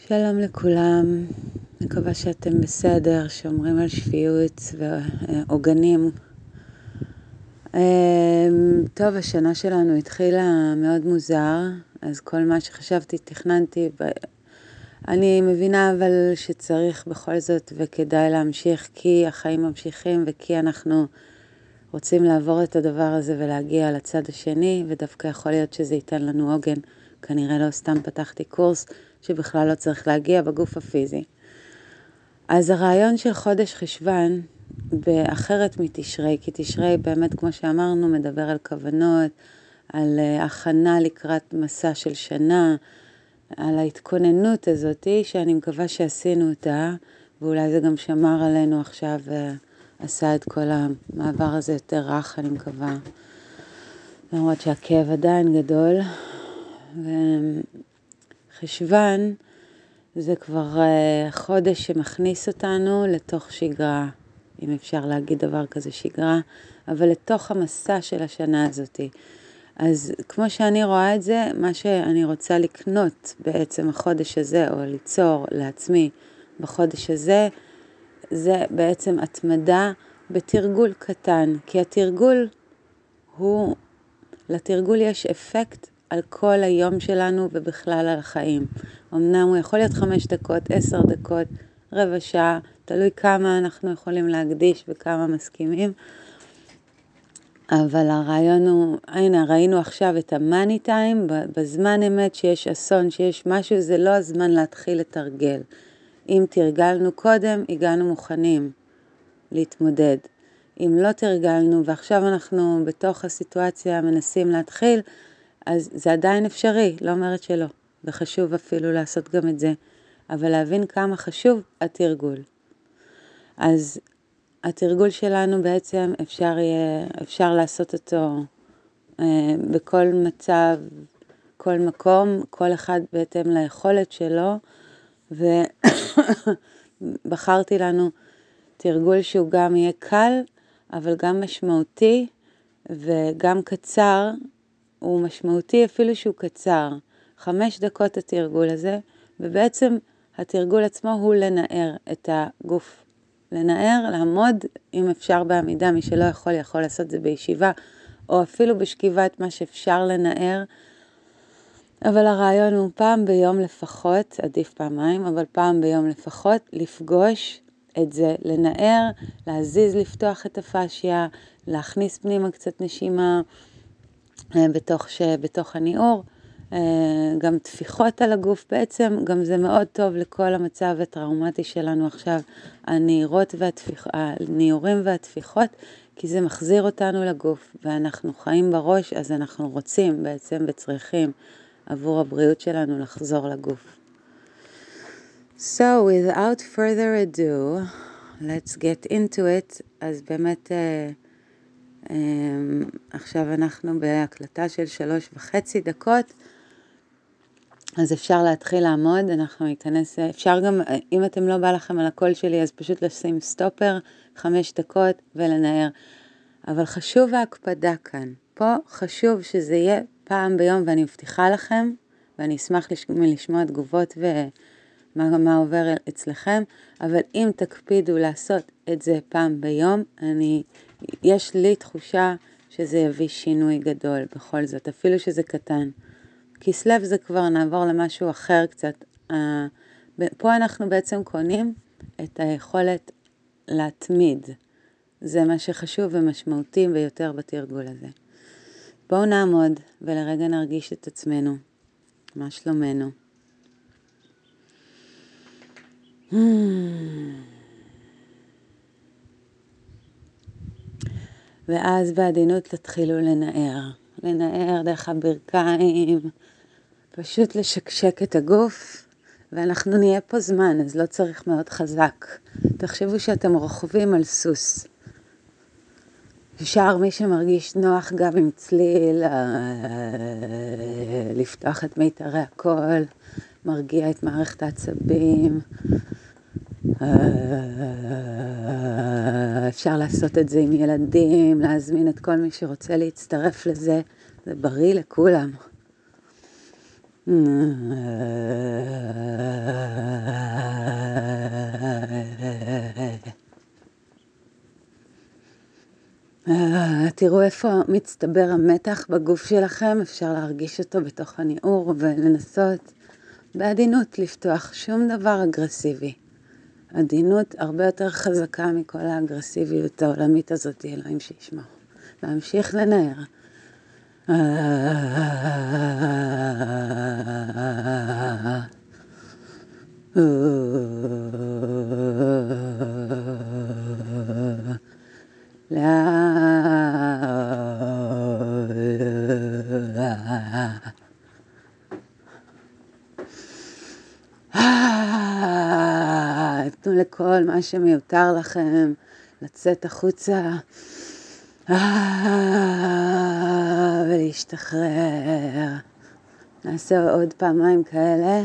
שלום לכולם, מקווה שאתם בסדר, שומרים על שפיות ועוגנים. טוב, השנה שלנו התחילה מאוד מוזר, אז כל מה שחשבתי, תכננתי, אני מבינה אבל שצריך בכל זאת וכדאי להמשיך, כי החיים ממשיכים וכי אנחנו רוצים לעבור את הדבר הזה ולהגיע לצד השני, ודווקא יכול להיות שזה ייתן לנו עוגן. כנראה לא סתם פתחתי קורס שבכלל לא צריך להגיע בגוף הפיזי. אז הרעיון של חודש חשבן באחרת מתשרי, כי תשרי באמת כמו שאמרנו מדבר על כוונות, על הכנה לקראת מסע של שנה, על ההתכוננות הזאת שאני מקווה שעשינו אותה, ואולי זה גם שמר עלינו עכשיו ועשה את כל המעבר הזה יותר רך, אני מקווה. למרות שהכאב עדיין גדול. וחשבן זה כבר חודש שמכניס אותנו לתוך שגרה, אם אפשר להגיד דבר כזה שגרה, אבל לתוך המסע של השנה הזאת. אז כמו שאני רואה את זה, מה שאני רוצה לקנות בעצם החודש הזה, או ליצור לעצמי בחודש הזה, זה בעצם התמדה בתרגול קטן, כי לתרגול יש אפקט על כל היום שלנו ובכלל על החיים. אמנם הוא יכול להיות 5 דקות, 10 דקות, רבע שעה, תלוי כמה אנחנו יכולים להקדיש וכמה מסכימים. אבל הרעיון הוא, הנה, ראינו עכשיו את המאני טיים, בזמן אמת שיש אסון, שיש משהו, זה לא הזמן להתחיל לתרגל. אם תרגלנו קודם, הגענו מוכנים להתמודד. אם לא תרגלנו ועכשיו אנחנו בתוך הסיטואציה מנסים להתחיל, אז זה עדיין אפשרי, לא אומרת שלא. וחשוב אפילו לעשות גם את זה. אבל להבין כמה חשוב התרגול. אז התרגול שלנו בעצם אפשר לעשות אותו בכל מצב, כל מקום, כל אחד בהתאם ליכולת שלו. ובחרתי לנו תרגול שהוא גם יהיה קל, אבל גם משמעותי וגם קצר. הוא משמעותי אפילו שהוא קצר. 5 דקות התרגול הזה, ובעצם התרגול עצמו הוא לנער את הגוף. לנער, לעמוד, אם אפשר בעמידה, מי שלא יכול לעשות זה בישיבה, או אפילו בשכיבה את מה שאפשר לנער. אבל הרעיון הוא פעם ביום לפחות, עדיף פעמיים, אבל פעם ביום לפחות, לפגוש את זה, לנער, להזיז, לפתוח את הפשיה, להכניס פנימה קצת נשימה, בתוך הניעור, גם תפיחות על הגוף בעצם, גם זה מאוד טוב לכל המצב הטראומטי שלנו עכשיו, הניעורים והתפיחות, כי זה מחזיר אותנו לגוף, ואנחנו חיים בראש, אז אנחנו רוצים בעצם וצריכים עבור הבריאות שלנו לחזור לגוף. So without further ado, let's get into it. אז באמת עכשיו אנחנו בהקלטה של 3.5 דקות, אז אפשר להתחיל לעמוד, אנחנו ניכנס, אפשר גם, אם אתם לא בא לכם על הקול שלי, אז פשוט לשים סטופר, 5 דקות ולנער. אבל חשוב ההקפדה כאן, פה חשוב שזה יהיה פעם ביום, ואני מבטיחה לכם, ואני אשמח לשמוע תגובות ומה עובר אצלכם, אבל אם תקפידו לעשות את זה פעם ביום, יש לי תחושה שזה יביא שינוי גדול בכל זאת, אפילו שזה קטן. כסלב זה כבר נעבור למשהו אחר קצת. פה אנחנו בעצם קונים את היכולת להתמיד. זה מה שחשוב ומשמעותי ביותר בתרגול הזה. בואו נעמוד ולרגע נרגיש את עצמנו. מה שלומנו? ואז בעדינות תתחילו לנער דרך הברכיים, פשוט לשקשק את הגוף, ואנחנו נהיה פה זמן, אז לא צריך מאוד חזק. תחשבו שאתם רוכבים על סוס. אפשר מי שמרגיש נוח גם עם צליל, לפתוח את מיתרי הקול, מרגיע את מערכת העצבים. אפשר לעשות את זה עם ילדים, להזמין את כל מי שרוצה להצטרף לזה, זה בריא לכולם. תראו איפה מצטבר המתח בגוף שלכם, אפשר להרגיש אותו בתוך הניעור ולנסות בעדינות לפתוח, שום דבר אגרסיבי. עדינות הרבה יותר חזקה מכל האגרסיביות העולמית הזאת, אלוהים שישמע. להמשיך לנער. תנו לכל מה שמיותר לכם לצאת החוצה ולהשתחרר. נעשה עוד פעמיים כאלה.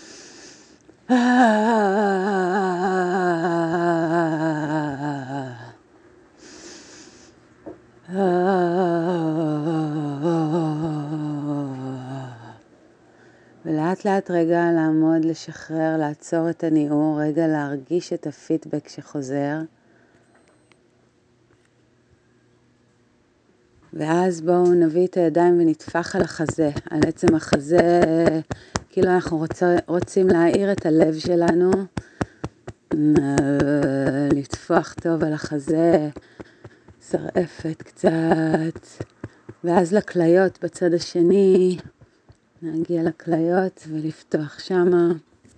ולאט לאט רגע לעמוד, לשחרר, לעצור את הניעור, רגע להרגיש את הפידבק שחוזר. ואז בואו נביא את הידיים ונטפח על החזה, על עצם החזה, כאילו אנחנו רוצים להאיר את הלב שלנו, לטפוח טוב על החזה, שרעפת קצת, ואז לכליות בצד השני, נגיע לכליות ולפתוח שמה,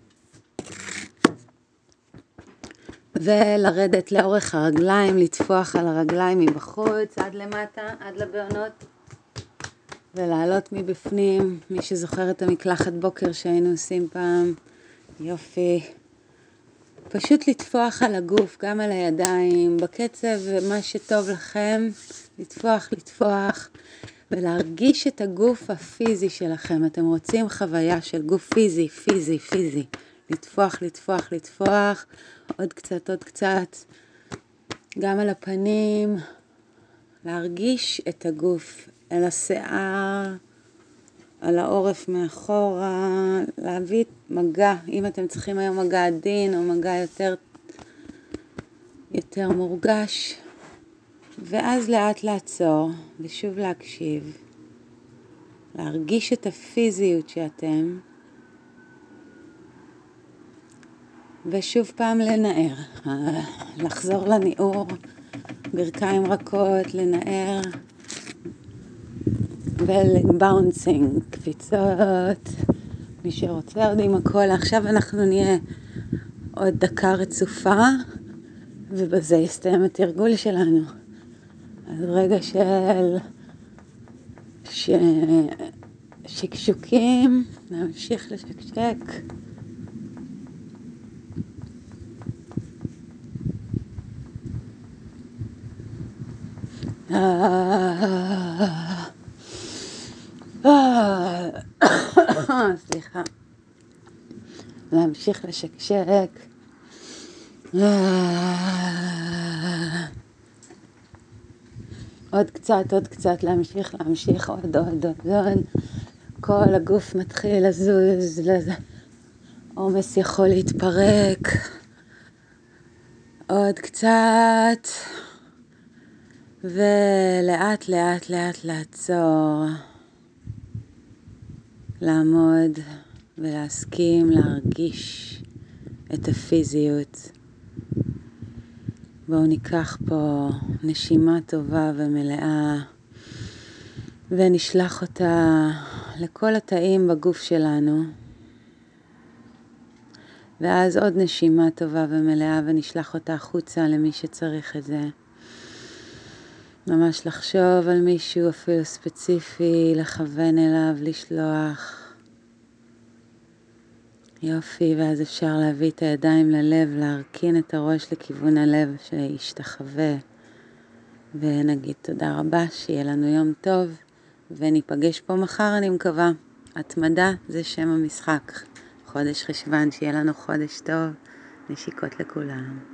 ולרדת לאורך הרגליים, לטפוח על הרגליים מבחוץ, עד למטה, עד לבעונות, ולעלות מבפנים. מי שזוכר את המקלחת בוקר שהיינו עושים פעם, יופי. פשוט לטפוח על הגוף, גם על הידיים, בקצב מה שטוב לכם, לטפוח, ולהרגיש את הגוף הפיזי שלכם. אתם רוצים חוויה של גוף פיזי. לטפוח, עוד קצת, גם על הפנים, להרגיש את הגוף, על השיער, על העורף מאחורה, להביא מגע, אם אתם צריכים היום מגע עדין או מגע יותר מורגש, ואז לאט לעצור ושוב להקשיב, להרגיש את הפיזיות שאתם, ושוב פעם לנער, לחזור לניעור, ברכיים רכות, לנער, ולבאונסינג, קפיצות, מי שרוצה עוד עם הכל. עכשיו אנחנו נהיה עוד דקה רצופה, ובזה יסתיים התרגול שלנו. אז רגע של שקשוקים, נמשיך לשקשק. סליחה. להמשיך לשקשק. עוד קצת, להמשיך, עוד. כל הגוף מתחיל לזוז, עומס יכול להתפרק. עוד קצת. ולאט לעצור, לעמוד ולהסכים להרגיש את הפיזיות. בואו ניקח פה נשימה טובה ומלאה ונשלח אותה לכל התאים בגוף שלנו, ואז עוד נשימה טובה ומלאה ונשלח אותה החוצה למי שצריך את זה. ממש לחשוב על מישהו אפילו ספציפי, לכוון אליו, לשלוח. יופי, ואז אפשר להביא את הידיים ללב, להרכין את הראש לכיוון הלב שישתחווה. ונגיד תודה רבה, שיהיה לנו יום טוב, וניפגש פה מחר אני מקווה. התמדה זה שם המשחק. חודש חשבן, שיהיה לנו חודש טוב, נשיקות לכולם.